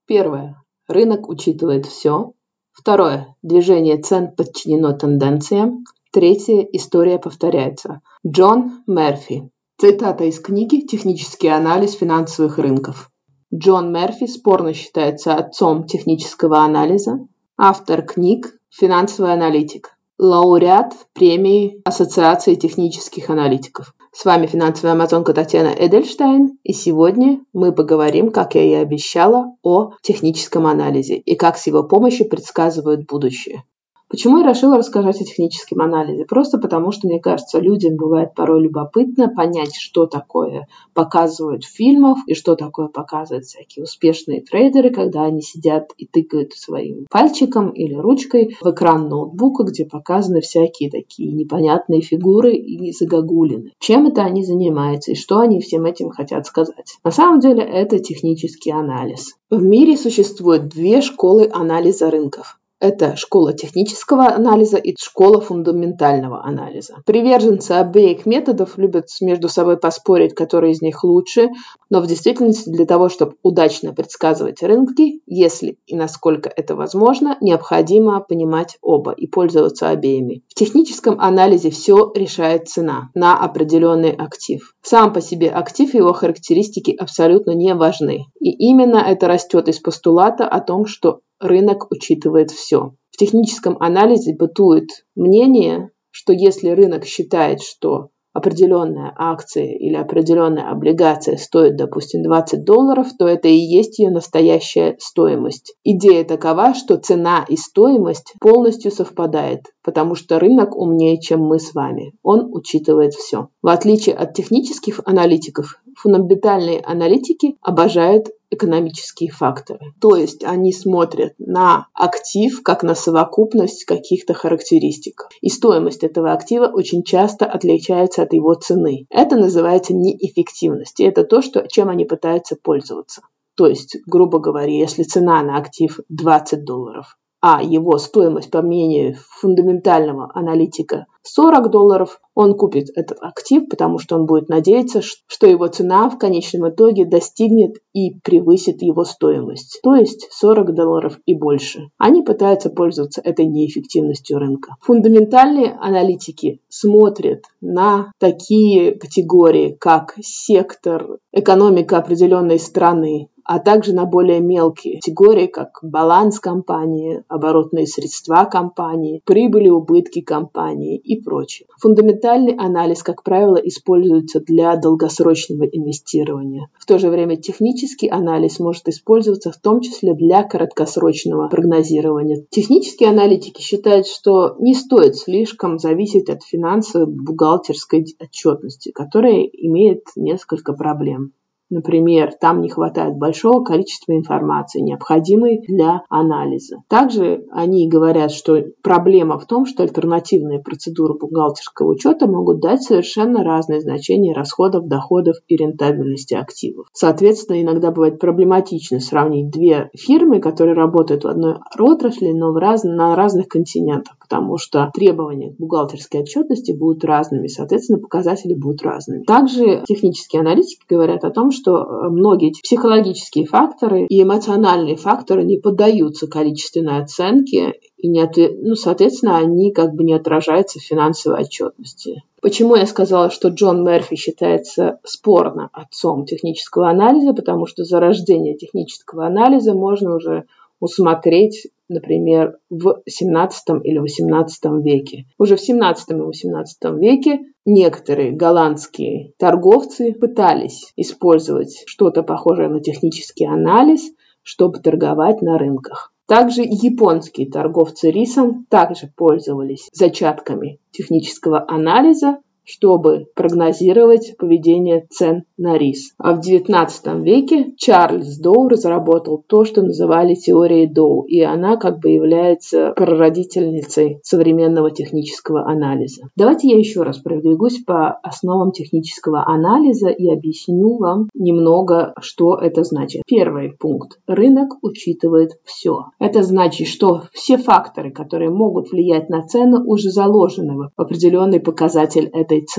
Первое. Рынок учитывает все. Второе. Движение цен подчинено тенденциям. Третье. История повторяется. Джон Мерфи. Цитата из книги «Технический анализ финансовых рынков». Джон Мерфи спорно считается отцом технического анализа, автор книг «Финансовый аналитик», лауреат премии Ассоциации технических аналитиков. С вами финансовая амазонка Татьяна Эдельштейн, и сегодня мы поговорим, как я и обещала, о техническом анализе и как с его помощью предсказывают будущее. Почему я решила рассказать о техническом анализе? Просто потому, что, мне кажется, людям бывает порой любопытно понять, что такое показывают в фильмах и что такое показывают всякие успешные трейдеры, когда они сидят и тыкают своим пальчиком или ручкой в экран ноутбука, где показаны всякие такие непонятные фигуры и загогулины. Чем это они занимаются и что они всем этим хотят сказать? На самом деле это технический анализ. В мире существует две школы анализа рынков. Это школа технического анализа и школа фундаментального анализа. Приверженцы обеих методов любят между собой поспорить, который из них лучше, но в действительности для того, чтобы удачно предсказывать рынки, если и насколько это возможно, необходимо понимать оба и пользоваться обеими. В техническом анализе все решает цена на определенный актив. Сам по себе актив и его характеристики абсолютно не важны. И именно это растет из постулата о том, что рынок учитывает все. В техническом анализе бытует мнение, что если рынок считает, что определенная акция или определенная облигация стоит, допустим, $20, то это и есть ее настоящая стоимость. Идея такова, что цена и стоимость полностью совпадают, потому что рынок умнее, чем мы с вами. Он учитывает все. В отличие от технических аналитиков, фундаментальные аналитики обожают экономические факторы. То есть они смотрят на актив как на совокупность каких-то характеристик. И стоимость этого актива очень часто отличается от его цены. Это называется неэффективность. И это то, чем они пытаются пользоваться. То есть, грубо говоря, если цена на актив $20, а его стоимость, по мнению фундаментального аналитика, $40, он купит этот актив, потому что он будет надеяться, что его цена в конечном итоге достигнет и превысит его стоимость, то есть $40 и больше. Они пытаются пользоваться этой неэффективностью рынка. Фундаментальные аналитики смотрят на такие категории, как сектор, экономика определенной страны, а также на более мелкие категории, как баланс компании, оборотные средства компании, прибыли, убытки компании и прочее. Фундаментальный анализ, как правило, используется для долгосрочного инвестирования. В то же время технический анализ может использоваться в том числе для краткосрочного прогнозирования. Технические аналитики считают, что не стоит слишком зависеть от финансовой бухгалтерской отчетности, которая имеет несколько проблем. Например, там не хватает большого количества информации, необходимой для анализа. Также они говорят, что проблема в том, что альтернативные процедуры бухгалтерского учета могут дать совершенно разные значения расходов, доходов и рентабельности активов. Соответственно, иногда бывает проблематично сравнить две фирмы, которые работают в одной отрасли, но на разных континентах, потому что требования к бухгалтерской отчетности будут разными, соответственно, показатели будут разными. Также технические аналитики говорят о том, что многие психологические факторы и эмоциональные факторы не поддаются количественной оценке, и соответственно, они не отражаются в финансовой отчетности. Почему я сказала, что Джон Мерфи считается спорно отцом технического анализа? Потому что зарождение технического анализа можно уже усмотреть, например, в 17 или 18 веке. Уже в 17 и 18 веке некоторые голландские торговцы пытались использовать что-то похожее на технический анализ, чтобы торговать на рынках. Также японские торговцы рисом также пользовались зачатками технического анализа, чтобы прогнозировать поведение цен на рис. А в XIX веке Чарльз Доу разработал то, что называли теорией Доу, и она является прародительницей современного технического анализа. Давайте я еще раз пробегусь по основам технического анализа и объясню вам немного, что это значит. Первый пункт. Рынок учитывает все. Это значит, что все факторы, которые могут влиять на цену, уже заложены в определенный показатель этой цены.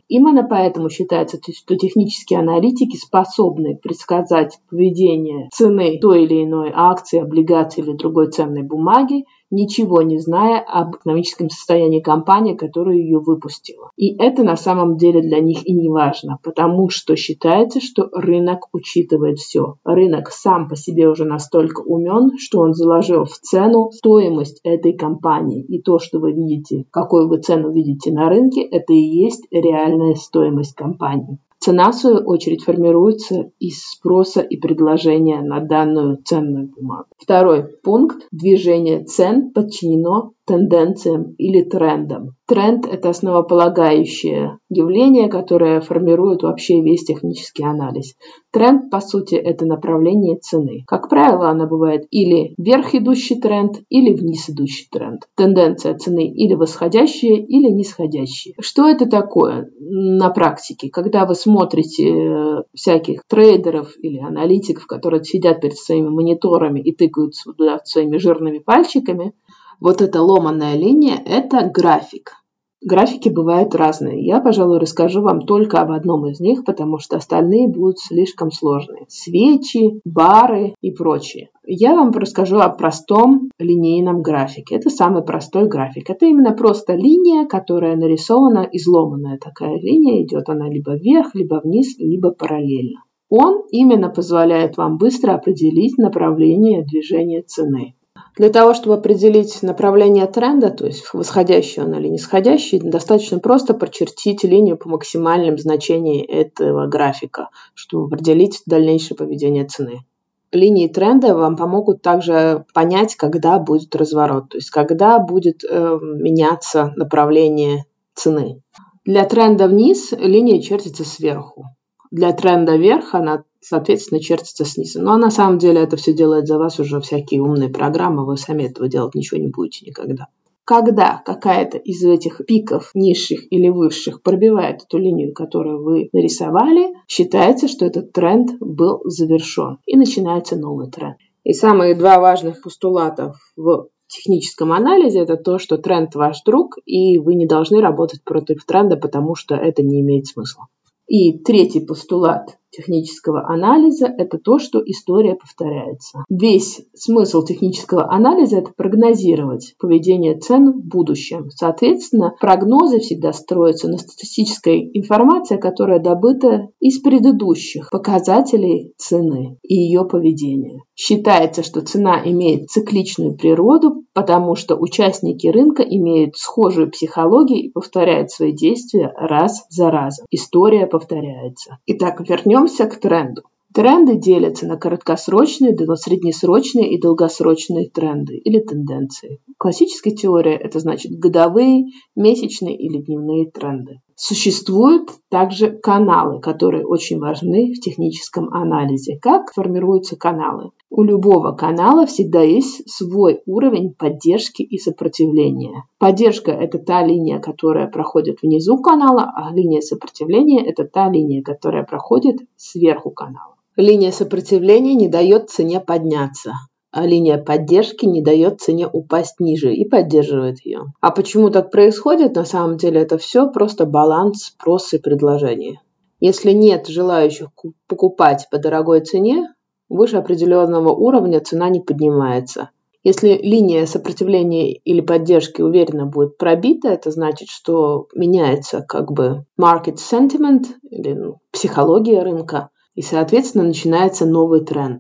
Именно поэтому считается, что технические аналитики способны предсказать поведение цены той или иной акции, облигации или другой ценной бумаги, ничего не зная об экономическом состоянии компании, которая ее выпустила. И это на самом деле для них и не важно, потому что считается, что рынок учитывает все. Рынок сам по себе уже настолько умен, что он заложил в цену стоимость этой компании. И то, что вы видите, какую вы цену видите на рынке, это и есть реальная стоимость компании. Цена, в свою очередь, формируется из спроса и предложения на данную ценную бумагу. Второй пункт. Движение цен подчинено тенденциям или трендам. Тренд – это основополагающее явление, которое формирует вообще весь технический анализ. Тренд, по сути, это направление цены. Как правило, она бывает или вверх идущий тренд, или вниз идущий тренд. Тенденция цены или восходящая, или нисходящая. Что это такое на практике? Когда вы смотрите всяких трейдеров или аналитиков, которые сидят перед своими мониторами и тыкаются туда своими жирными пальчиками, вот эта ломаная линия – это график. Графики бывают разные. Я, пожалуй, расскажу вам только об одном из них, потому что остальные будут слишком сложные. Свечи, бары и прочее. Я вам расскажу о простом линейном графике. Это самый простой график. Это именно просто линия, которая нарисована, изломанная такая линия. Идет она либо вверх, либо вниз, либо параллельно. Он именно позволяет вам быстро определить направление движения цены. Для того, чтобы определить направление тренда, то есть восходящий он или нисходящий, достаточно просто прочертить линию по максимальным значениям этого графика, чтобы определить дальнейшее поведение цены. Линии тренда вам помогут также понять, когда будет разворот, то есть когда будет меняться направление цены. Для тренда вниз линия чертится сверху. Для тренда вверх она, соответственно, чертится снизу. Но на самом деле это все делает за вас уже всякие умные программы, вы сами этого делать ничего не будете никогда. Когда какая-то из этих пиков, низших или высших, пробивает эту линию, которую вы нарисовали, считается, что этот тренд был завершен. И начинается новый тренд. И самые два важных постулата в техническом анализе – это то, что тренд ваш друг, и вы не должны работать против тренда, потому что это не имеет смысла. И третий постулат технического анализа – это то, что история повторяется. Весь смысл технического анализа – это прогнозировать поведение цен в будущем. Соответственно, прогнозы всегда строятся на статистической информации, которая добыта из предыдущих показателей цены и ее поведения. Считается, что цена имеет цикличную природу, потому что участники рынка имеют схожую психологию и повторяют свои действия раз за разом. История повторяется. Итак, вернемся к тренду. Тренды делятся на краткосрочные, среднесрочные и долгосрочные тренды или тенденции. Классическая теория – это значит годовые, месячные или дневные тренды. Существуют также каналы, которые очень важны в техническом анализе. Как формируются каналы? У любого канала всегда есть свой уровень поддержки и сопротивления. Поддержка – это та линия, которая проходит внизу канала, а линия сопротивления – это та линия, которая проходит сверху канала. Линия сопротивления не дает цене подняться, а линия поддержки не дает цене упасть ниже и поддерживает ее. А почему так происходит? На самом деле это все просто баланс спроса и предложения. Если нет желающих покупать по дорогой цене, выше определенного уровня цена не поднимается. Если линия сопротивления или поддержки уверенно будет пробита, это значит, что меняется market sentiment или психология рынка, и, соответственно, начинается новый тренд.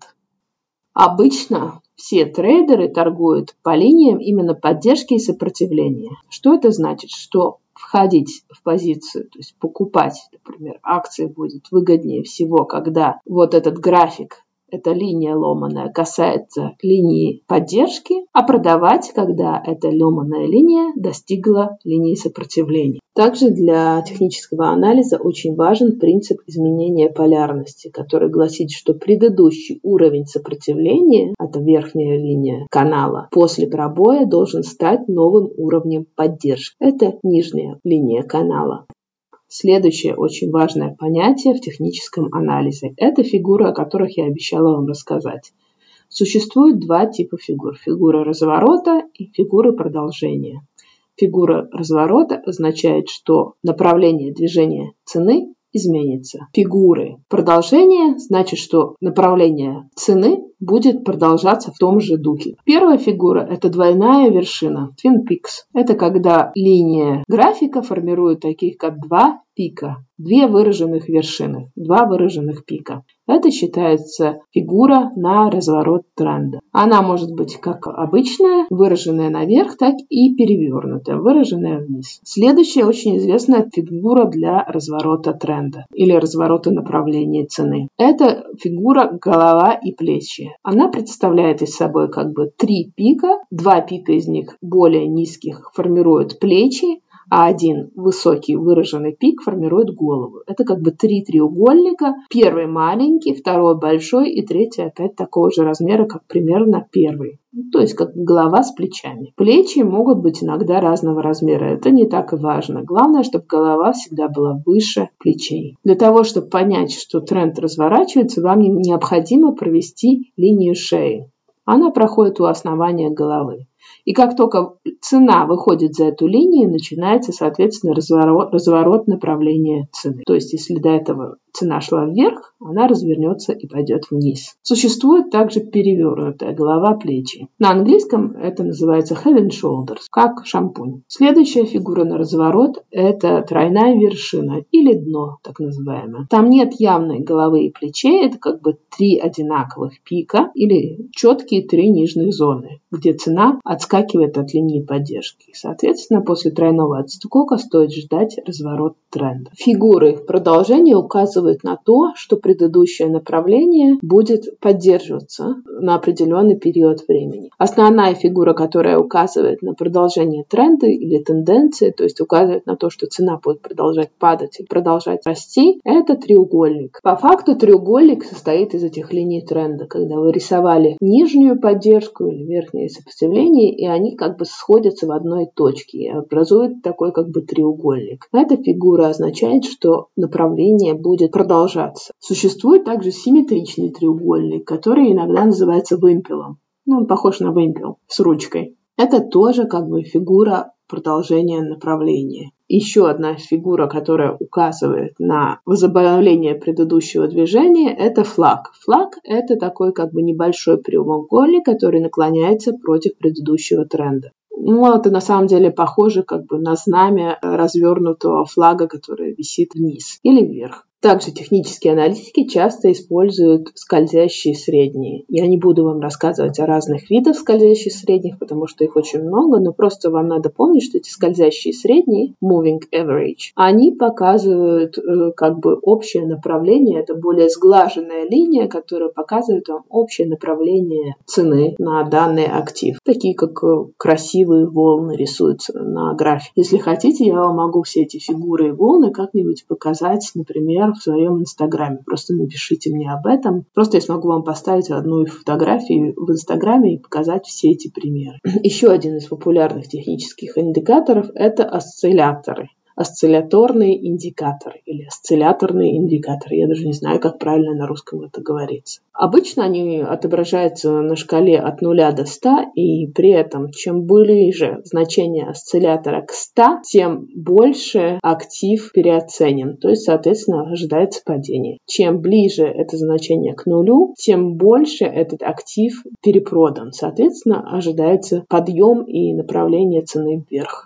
Обычно все трейдеры торгуют по линиям именно поддержки и сопротивления. Что это значит? Что входить в позицию, то есть покупать, например, акции будет выгоднее всего, когда вот этот график, эта линия ломаная, касается линии поддержки, а продавать, когда эта ломаная линия достигла линии сопротивления. Также для технического анализа очень важен принцип изменения полярности, который гласит, что предыдущий уровень сопротивления, это верхняя линия канала, после пробоя должен стать новым уровнем поддержки. Это нижняя линия канала. Следующее очень важное понятие в техническом анализе – это фигуры, о которых я обещала вам рассказать. Существует два типа фигур – фигура разворота и фигуры продолжения. Фигура разворота означает, что направление движения цены изменится. Фигуры продолжения значит, что направление цены будет продолжаться в том же духе. Первая фигура – это двойная вершина, Twin Peaks. Это когда линия графика формирует таких, как два пика, две выраженных вершины, два выраженных пика. Это считается фигура на разворот тренда. Она может быть как обычная, выраженная наверх, так и перевернутая, выраженная вниз. Следующая очень известная фигура для разворота тренда или разворота направления цены. Это фигура голова и плечи. Она представляет из собой как бы три пика, два пика из них более низких формируют плечи, а один высокий выраженный пик формирует голову. Это как бы три треугольника. Первый маленький, второй большой и третий опять такого же размера, как примерно первый. То есть как голова с плечами. Плечи могут быть иногда разного размера. Это не так и важно. Главное, чтобы голова всегда была выше плечей. Для того, чтобы понять, что тренд разворачивается, вам необходимо провести линию шеи. Она проходит у основания головы. И как только цена выходит за эту линию, начинается, соответственно, разворот направления цены. То есть, если до этого цена шла вверх, она развернется и пойдет вниз. Существует также перевернутая голова плечи. На английском это называется head and shoulders, как шампунь. Следующая фигура на разворот – это тройная вершина или дно, так называемое. Там нет явной головы и плечей, это как бы три одинаковых пика или четкие три нижних зоны, где цена отскакивает от линии поддержки. Соответственно, после тройного отскока стоит ждать разворот тренда. Фигуры продолжения указывают на то, что предыдущее направление будет поддерживаться на определенный период времени. Основная фигура, которая указывает на продолжение тренда или тенденции, то есть указывает на то, что цена будет продолжать падать и продолжать расти, это треугольник. По факту треугольник состоит из этих линий тренда, когда вы рисовали нижнюю поддержку или верхнее сопротивление, и они как бы сходятся в одной точке и образуют такой как бы треугольник. Эта фигура означает, что направление будет продолжаться. Существует также симметричный треугольник, который иногда называется вымпелом. Он похож на вымпел с ручкой. Это тоже как бы фигура продолжения направления. Еще одна фигура, которая указывает на возобновление предыдущего движения, это флаг. Флаг – это такой как бы небольшой прямоугольник, который наклоняется против предыдущего тренда. Это на самом деле похоже как бы на знамя развернутого флага, который висит вниз или вверх. Также технические аналитики часто используют скользящие средние. Я не буду вам рассказывать о разных видах скользящих средних, потому что их очень много, но просто вам надо помнить, что эти скользящие средние, moving average, они показывают как бы общее направление. Это более сглаженная линия, которая показывает вам общее направление цены на данный актив. Такие как красивые волны рисуются на графике. Если хотите, я вам могу все эти фигуры и волны как-нибудь показать, например, в своем инстаграме. Просто напишите мне об этом. Просто я смогу вам поставить одну фотографию в инстаграме и показать все эти примеры. Еще один из популярных технических индикаторов – это осцилляторы. Осцилляторные индикаторы или осцилляторные индикаторы. Я даже не знаю, как правильно на русском это говорится. Обычно они отображаются на шкале от 0 до 100, и при этом чем ближе значение осциллятора к 100, тем больше актив переоценен, то есть, соответственно, ожидается падение. Чем ближе это значение к 0, тем больше этот актив перепродан, соответственно, ожидается подъем и направление цены вверх.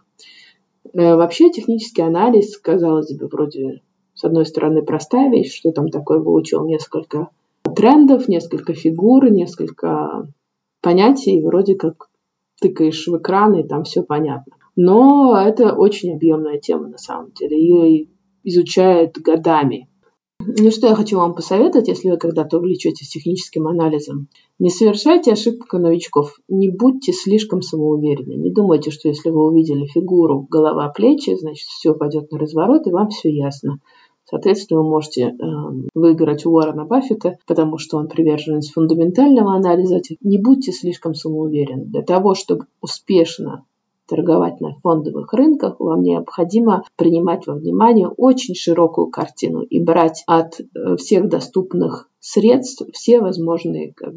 Вообще технический анализ, казалось бы, вроде с одной стороны простая вещь, что там такое, выучил несколько трендов, несколько фигур, несколько понятий, вроде как тыкаешь в экран и там все понятно. Но это очень объемная тема на самом деле, ее изучают годами. Ну что я хочу вам посоветовать, если вы когда-то увлечетесь техническим анализом. Не совершайте ошибку новичков, не будьте слишком самоуверенны. Не думайте, что если вы увидели фигуру голова-плечи, значит все пойдет на разворот и вам все ясно. Соответственно, вы можете выиграть у Уоррена Баффета, потому что он приверженец фундаментального анализа. Не будьте слишком самоуверенны. Для того, чтобы успешно торговать на фондовых рынках, вам необходимо принимать во внимание очень широкую картину и брать от всех доступных средств все возможные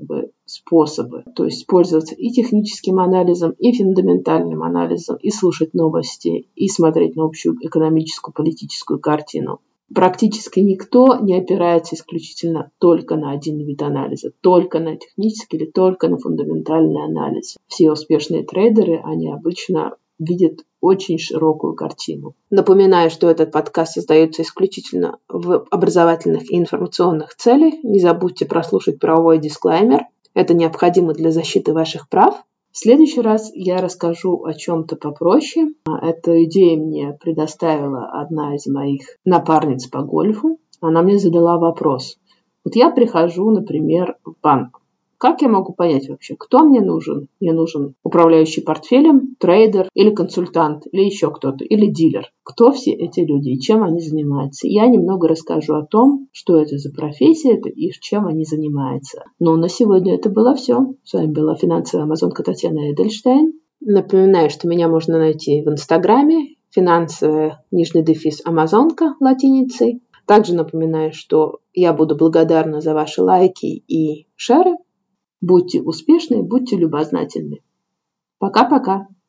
способы. То есть пользоваться и техническим анализом, и фундаментальным анализом, и слушать новости, и смотреть на общую экономическую, политическую картину. Практически никто не опирается исключительно только на один вид анализа, только на технический или только на фундаментальный анализ. Все успешные трейдеры, они обычно видят очень широкую картину. Напоминаю, что этот подкаст создается исключительно в образовательных и информационных целях. Не забудьте прослушать правовой дисклеймер. Это необходимо для защиты ваших прав. В следующий раз я расскажу о чем-то попроще. Эту идею мне предоставила одна из моих напарниц по гольфу. Она мне задала вопрос. Вот я прихожу, например, в банк. Как я могу понять вообще, кто мне нужен? Мне нужен управляющий портфелем, трейдер или консультант, или еще кто-то, или дилер. Кто все эти люди и чем они занимаются? Я немного расскажу о том, что это за профессия и чем они занимаются. Но на сегодня это было все. С вами была финансовая амазонка Татьяна Эдельштейн. Напоминаю, что меня можно найти в Инстаграме, финансовая _ амазонка латиницей. Также напоминаю, что я буду благодарна за ваши лайки и шеры. Будьте успешны, будьте любознательны. Пока-пока.